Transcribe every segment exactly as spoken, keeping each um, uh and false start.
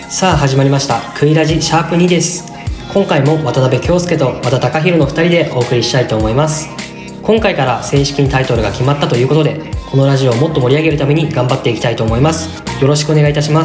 さあ始まりましたクイラジシャープにです。今回も渡辺京介と和田貴弘のふたりでお送りしたいと思います。今回から正式にタイトルが決まったということで、このラジオをもっと盛り上げるために頑張っていきたいと思います。よろしくお願いいたします。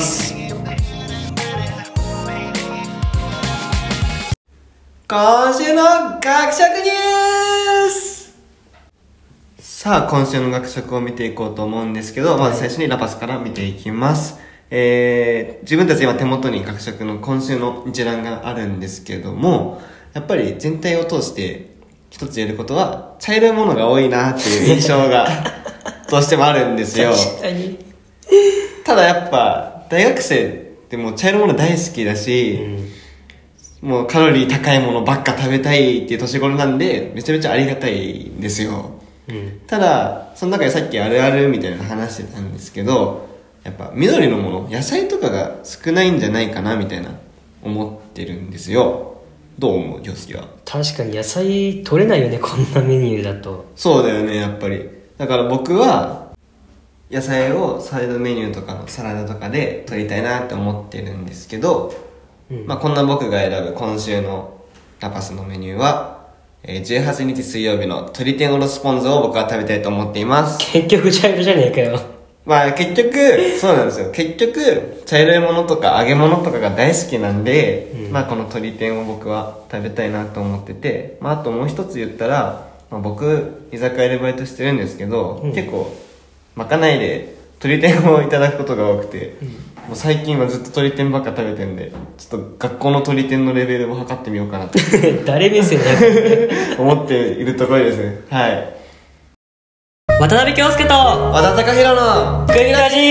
今週の学食ニュース。さあ今週の学食を見ていこうと思うんですけど、まず最初にラパスから見ていきます。えー、自分たち今手元に学食の今週の一覧があるんですけども、やっぱり全体を通して一つ言えることは茶色いものが多いなっていう印象がどうしてもあるんですよ。 確かに。 ただやっぱ大学生ってもう茶色いもの大好きだし、うん、もうカロリー高いものばっか食べたいっていう年頃なんでめちゃめちゃありがたいんですよ、うん、ただその中でさっきあるあるみたいな話してたんですけど、やっぱ緑のもの野菜とかが少ないんじゃないかなみたいな思ってるんですよ。どう思う？京介は。 確かに野菜取れないよね、こんなメニューだと。 そうだよね、やっぱり。だから僕は野菜をサイドメニューとかのサラダとかで取りたいなって思ってるんですけど、うん、まあこんな僕が選ぶ今週のラパスのメニューは、えー、じゅうはちにち水曜日の鶏天おろしポン酢を僕は食べたいと思っています。 結局茶色じゃねえかよ。 まあ結局そうなんですよ。結局茶色いものとか揚げ物とかが大好きなんで、うん、まあこの鶏天を僕は食べたいなと思ってて、まああともう一つ言ったら、まあ、僕居酒屋でバイトしてるんですけど、うん、結構まかないで鶏天をいただくことが多くて、うん、もう最近はずっと鶏天ばっか食べてるんで、ちょっと学校の鶏天のレベルも測ってみようかなと誰目線だよ思っているところですね。はい。 渡辺京介と和田貴弘のクイラジ。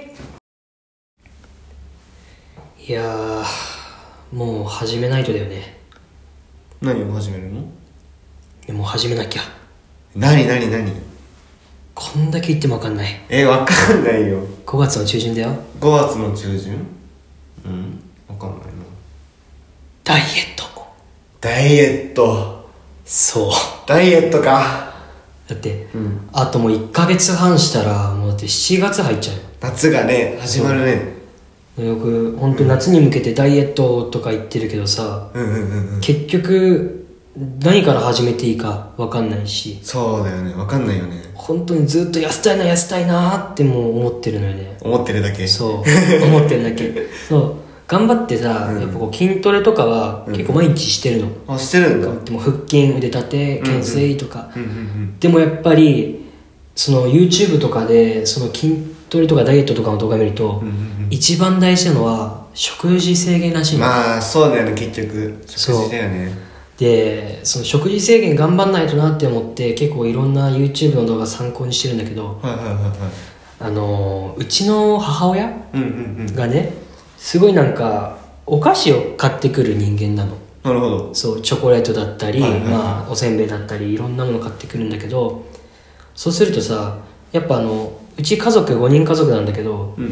いやー、もう始めないとだよね。 何を始めるの？ でも始めなきゃ。 何何何？ こんだけ言っても分かんない。 え、分かんないよ。 ごがつの中旬だよ。 ごがつの中旬？うん、分かんないな。 ダイエット。 ダイエット。 そう。 ダイエットか。 だって、うん、あともういっかげつはんしたらもうだってしちがつ入っちゃうよ。 夏がね始まるね。 よく本当に夏に向けてダイエットとか言ってるけどさ、うんうんうんうん、結局何から始めていいか分かんないし。 そうだよね、分かんないよね。 本当にずっと痩せたいな痩せたいなってもう思ってるのよね。 思ってるだけ。 そう思ってるだけそう頑張ってさ、うん、やっぱこう筋トレとかは結構毎日してるの、 うん、あ、してるんだ。 でも腹筋、腕立て、懸垂とか、うんうんうんうん、でもやっぱりその YouTube とかでその筋トレとかダイエットとかの動画見ると、うんうんうん、一番大事なのは食事制限らしいの。 まあそうだよね、結局食事だよね。 でその食事制限頑張んないとなって思って結構いろんな YouTube の動画参考にしてるんだけど、はいはいはいはい、あのうちの母親がね、うんうんうん、すごいなんかお菓子を買ってくる人間なの。 なるほど。 そうチョコレートだったり、はいはいはい、まあ、おせんべいだったりいろんなもの買ってくるんだけど、そうするとさやっぱあのうち家族ごにん家族なんだけど、うんうんうん、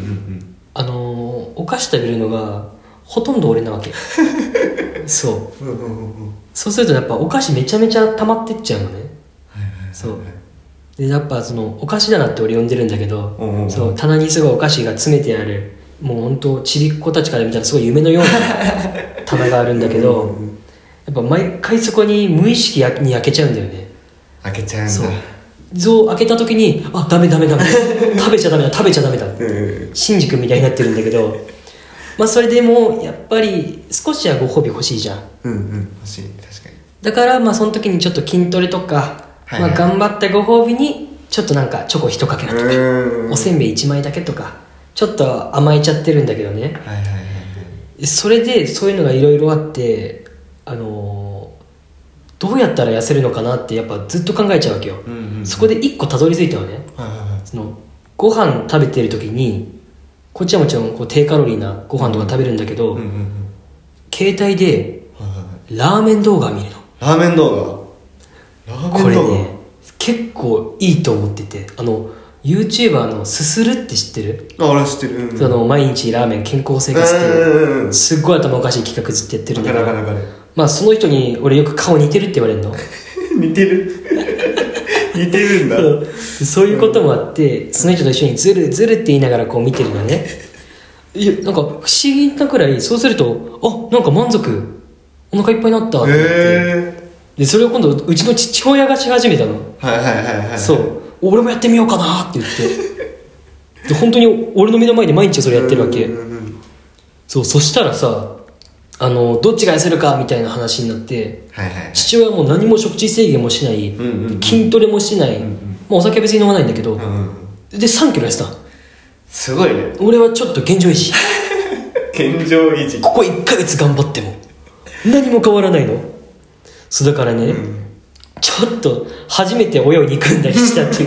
あのお菓子食べるのがほとんど俺なわけそう、うんうんうん、そうするとやっぱお菓子めちゃめちゃ溜まってっちゃうのね、はいはいはいはい、そうでやっぱそのお菓子棚って俺呼んでるんだけど、うんうんうん、そう棚にすごいお菓子が詰めてある、もう本当ちびっ子たちから見たらすごい夢のような棚があるんだけどうんうん、うん、やっぱ毎回そこに無意識に開けちゃうんだよね。 開けちゃうんだ。 そうそう開けた時にあダメダメダメ食べちゃダメだ食べちゃダメだシンジ君みたいになってるんだけどまあそれでもやっぱり少しはご褒美欲しいじゃん。 うんうん欲しい、確かに。 だからまあその時にちょっと筋トレとか、はいはい、まあ、頑張ってご褒美にちょっとなんかチョコ一かけらとかおせんべいいちまいだけとかちょっと甘えちゃってるんだけどね、はいはいはいはい、それでそういうのがいろいろあってあのーどうやったら痩せるのかなってやっぱずっと考えちゃうわけよ、うんうんうん、そこで一個たどり着いたのね、はいはいはい、そのご飯食べてる時にこっちはもちろんこう低カロリーなご飯とか食べるんだけど、うんうんうんうん、携帯でラーメン動画見るの。 ラーメン動画ラーメン動画これね結構いいと思ってて、あの YouTuber のすするって知ってる？ あ、俺知ってる、うんうん、 その毎日ラーメン健康生活っていう、すっごい頭おかしい企画ずっとやってるんだけど、なかなかね、まあその人に俺よく顔似てるって言われるの似てる似てるんだそう、そういうこともあって、うん、その人と一緒にズルズルって言いながらこう見てるのねいやなんか不思議なくらいそうするとあなんか満足お腹いっぱいになったって言って、 へでそれを今度うちの父親がし始めたの。 はいはいはいはい、はい、 そう俺もやってみようかなって言ってで本当に俺の目の前で毎日それやってるわけ。そうそしたらさあのどっちが痩せるかみたいな話になって、 はいはいはい、 父親はもう何も食事制限もしない、うんうんうん、筋トレもしない、うんうん、まあ、お酒は別に飲まないんだけど、うんうん、でさんキロ痩せた。 すごいね。 俺はちょっと現状維持現状維持ここいっかげつ頑張っても何も変わらないの。そうだからね、うん、ちょっと初めて泳いに行くんだりしたって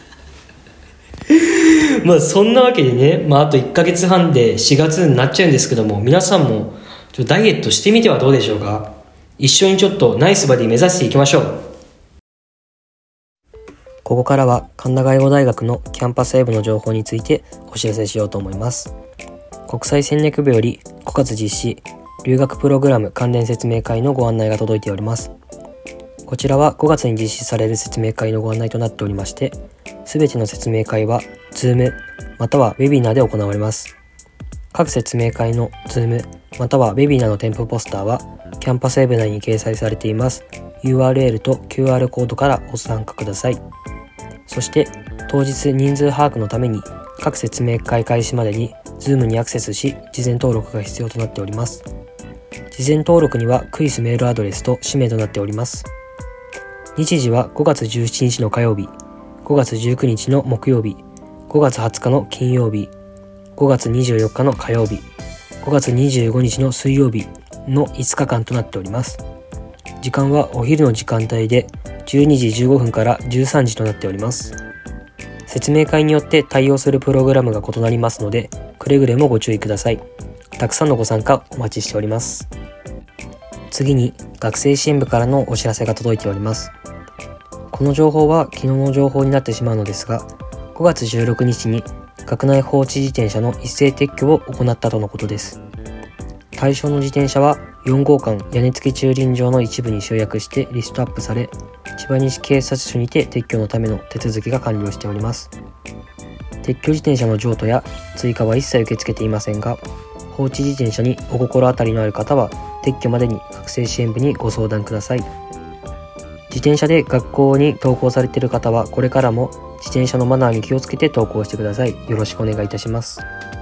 いうまあそんなわけでね、まあ、あといっかげつはんでしがつになっちゃうんですけども、皆さんもちょっとダイエットしてみてはどうでしょうか。一緒にちょっとナイスバディ目指していきましょう。ここからは神田外語大学のキャンパスウェブの情報についてお知らせしようと思います。国際戦略部よりごがつ実施留学プログラム関連説明会のご案内が届いております。こちらはごがつに実施される説明会のご案内となっておりまして、すべての説明会は Zoom または Webinar で行われます。各説明会の Zoom または Webinar の添付ポスターはキャンパスウェブ内に掲載されています ユーアールエル と キューアール コードからご参加ください。そして当日人数把握のために各説明会開始までに Zoom にアクセスし事前登録が必要となっております。事前登録にはクイズメールアドレスと氏名となっております。日時はごがつじゅうしちにちの火曜日、ごがつじゅうくにちの木曜日、ごがつはつかの金曜日、ごがつにじゅうよっかの火曜日、ごがつにじゅうごにちの水曜日のいつかかんとなっております。時間はお昼の時間帯でじゅうにじじゅうごふんからじゅうさんじとなっております。説明会によって対応するプログラムが異なりますので、くれぐれもご注意ください。たくさんのご参加お待ちしております。次に学生支援部からのお知らせが届いております。この情報は昨日の情報になってしまうのですが、ごがつじゅうろくにちに学内放置自転車の一斉撤去を行ったとのことです。対象の自転車はよんごうかん屋根付き駐輪場の一部に集約してリストアップされ、千葉西警察署にて撤去のための手続きが完了しております。撤去自転車の譲渡や追加は一切受け付けていませんが、放置自転車にお心当たりのある方は撤去までに学生支援部にご相談ください。自転車で学校に登校されている方はこれからも自転車のマナーに気をつけて登校してください。よろしくお願いいたします。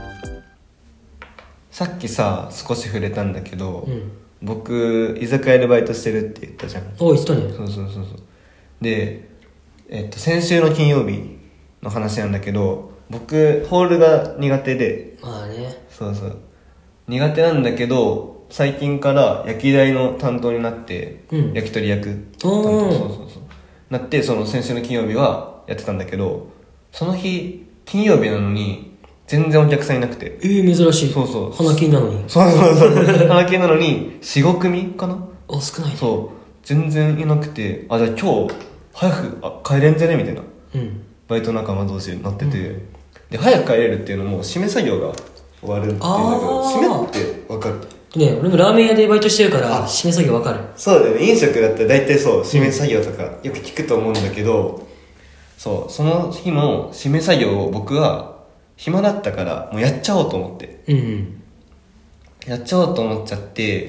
さっきさ少し触れたんだけど、うん、僕居酒屋でバイトしてるって言ったじゃん。 お言ったね。 そうそうそうそう。で、えっと、先週の金曜日の話なんだけど、僕ホールが苦手で、 まあね、 そうそう苦手なんだけど最近から焼き台の担当になって、うん、焼き鳥焼く担当、そうそうそうなって、その先週の金曜日はやってたんだけど、その日金曜日なのに全然お客さんいなくて。 えー、珍しい。 そうそう花金なのに。 そうそうそう花金なのに よん,ご 組かな。 あ、少ないね。 そう全然いなくて、あ、じゃあ今日早くあ帰れんじゃねみたいな、うん、バイト仲間同士になってて、うん、で早く帰れるっていうのも締め作業が終わるっていうんだけど、締めって分かるね。俺もラーメン屋でバイトしてるから締め作業分かる。 そうだよね、飲食だったら大体そう締め作業とかよく聞くと思うんだけど、うん、そうその日の締め作業を僕は暇だったからもうやっちゃおうと思って、うんうん、やっちゃおうと思っちゃって、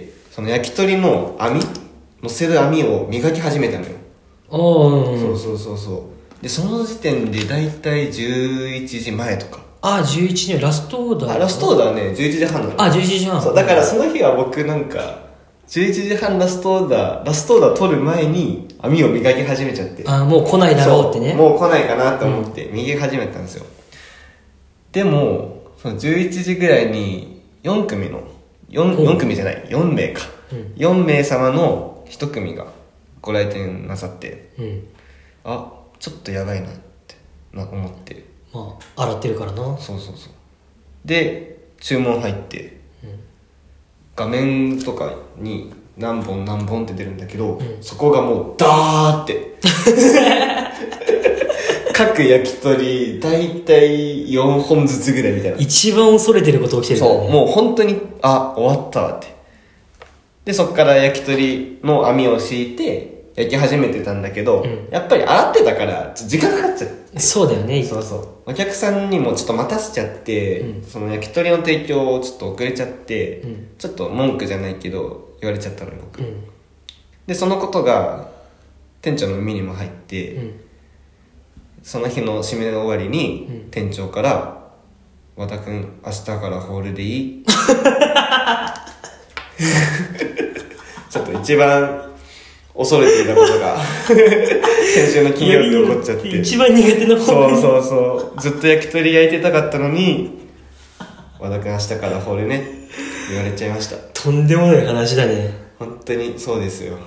その焼き鳥の網乗せる網を磨き始めたのよ。 ああ、うんうん、 そうそうそうそう。でその時点でだいたいじゅういちじまえとか。 ああ、じゅういちじラストオーダー。 あ、ラストオーダーね、じゅういちじはんなの。 あ、じゅういちじはん。 そうだからその日は僕なんかじゅういちじはんラストオーダーラストオーダー取る前に網を磨き始めちゃって、 あ、もう来ないだろうってね。 もう来ないかなと思って磨き始めたんですよ、うん、でもそのじゅういちじぐらいによん組の 4, 4組じゃないよんめいか、うん、よんめい様のいち組がご来店なさって、うん、あ、ちょっとやばいなってな思って、 まあ洗ってるからな。 そうそうそう。で注文入って、うん、画面とかに何本何本って出るんだけど、うん、そこがもうダーって各焼き鳥だいたいよんほんずつぐらいみたいな。 一番恐れてること起きてるからね。 そう、もう本当にあ終わったって。でそっから焼き鳥の網を敷いて焼き始めてたんだけど、うん、やっぱり洗ってたから時間かかっちゃって。 そうだよね。 そうそう。お客さんにもちょっと待たせちゃって、うん、その焼き鳥の提供をちょっと遅れちゃって、うん、ちょっと文句じゃないけど言われちゃったのよ僕、うん、でそのことが店長の耳にも入って、うん、その日の締め終わりに、うん、店長から「和田くん明日からホールでいい?」ちょっと一番恐れていたことが先週の金曜日で起こっちゃって、 一番苦手なホール。そうそうそう、ずっと焼き鳥焼いてたかったのに和田くん明日からホールねって言われちゃいました。 とんでもない話だね。 本当にそうですよ。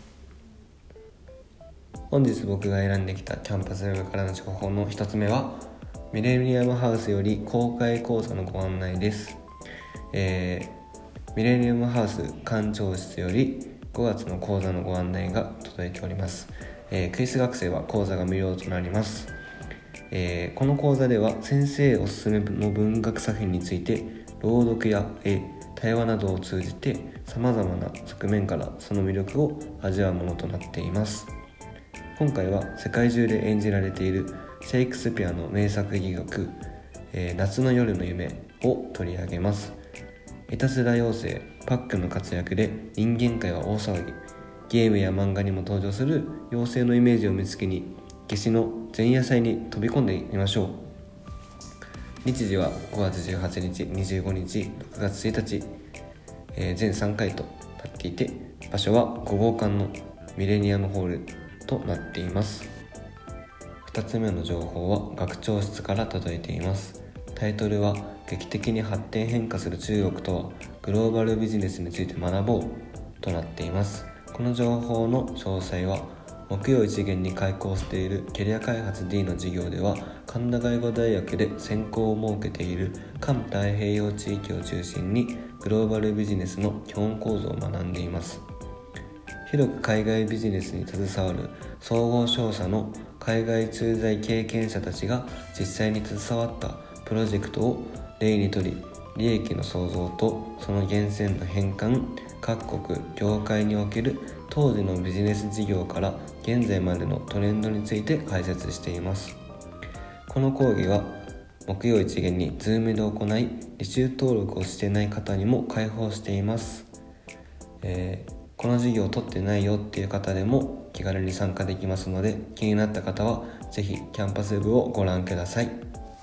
本日僕が選んできたキャンパスライブからの情報の一つ目はミレニアムハウスより公開講座のご案内です。えー、ミレニアムハウス館長室よりごがつの講座のご案内が届いております。えー、クリス学生は講座が無料となります。えー、この講座では先生おすすめの文学作品について朗読や絵、対話などを通じて様々な側面からその魅力を味わうものとなっています。今回は世界中で演じられているシェイクスピアの名作戯曲、えー、夏の夜の夢を取り上げます。いたずら妖精パックの活躍で人間界は大騒ぎ。ゲームや漫画にも登場する妖精のイメージを見つけに夏至の前夜祭に飛び込んでみましょう。日時はごがつじゅうはちにち、にじゅうごにち、ろくがつついたち、えー、全さんかいとなっていて、場所はごごうかんのミレニアムホールとなっています。ふたつめの情報は学長室から届いています。タイトルは劇的に発展変化する中国とはグローバルビジネスについて学ぼうとなっています。この情報の詳細は木曜一元に開講しているキャリア開発 D の授業では神田外語大学で専攻を設けている環太平洋地域を中心にグローバルビジネスの基本構造を学んでいます。広く海外ビジネスに携わる総合商社の海外駐在経験者たちが実際に携わったプロジェクトを例にとり、利益の創造とその源泉の変換、各国業界における当時のビジネス事業から現在までのトレンドについて解説しています。この講義は木曜一元に Zoom で行い、履修登録をしていない方にも開放しています。えー、この授業を取ってないよっていう方でも気軽に参加できますので、気になった方はぜひキャンパス部をご覧ください。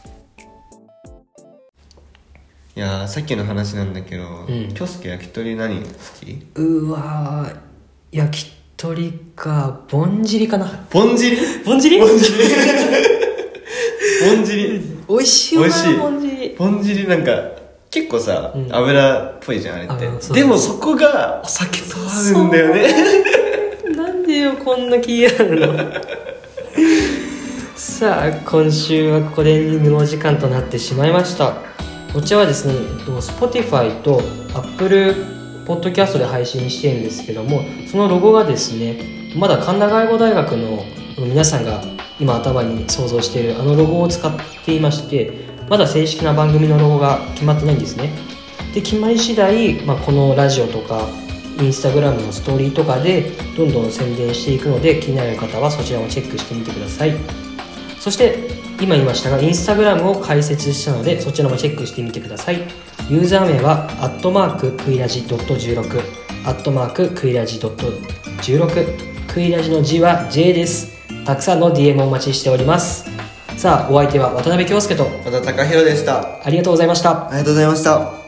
いやー、さっきの話なんだけど、うん、京介焼き鳥何好き？ うわー、焼き鳥か、ぼんじりかな。 ぼんじり？ ぼんじり？ ぼんじりぼんじり美味しいよな、ぼんじり。 ぼんじりなんか結構さ、うん、油っぽいじゃんあれって。でもそこがお酒と合うんだよね。 なんでよこんな気あるの。さあ今週はここでエンディングのお時間となってしまいました。こちらはですね Spotify と Apple Podcast で配信してるんですけども、そのロゴがですねまだ神田外語大学の皆さんが今頭に想像しているあのロゴを使っていまして、まだ正式な番組のロゴが決まってないんですね。で決まり次第、まあ、このラジオとかインスタグラムのストーリーとかでどんどん宣伝していくので、気になる方はそちらをチェックしてみてください。そして今言いましたがインスタグラムを開設したのでそちらもチェックしてみてください。ユーザー名はアットマーククイラジ .16 アットマーククイラジ .16 クイラジの字は J です。たくさんの ディーエム をお待ちしております。さあお相手は渡辺京介と和田貴弘でした。 ありがとうございました。 ありがとうございました。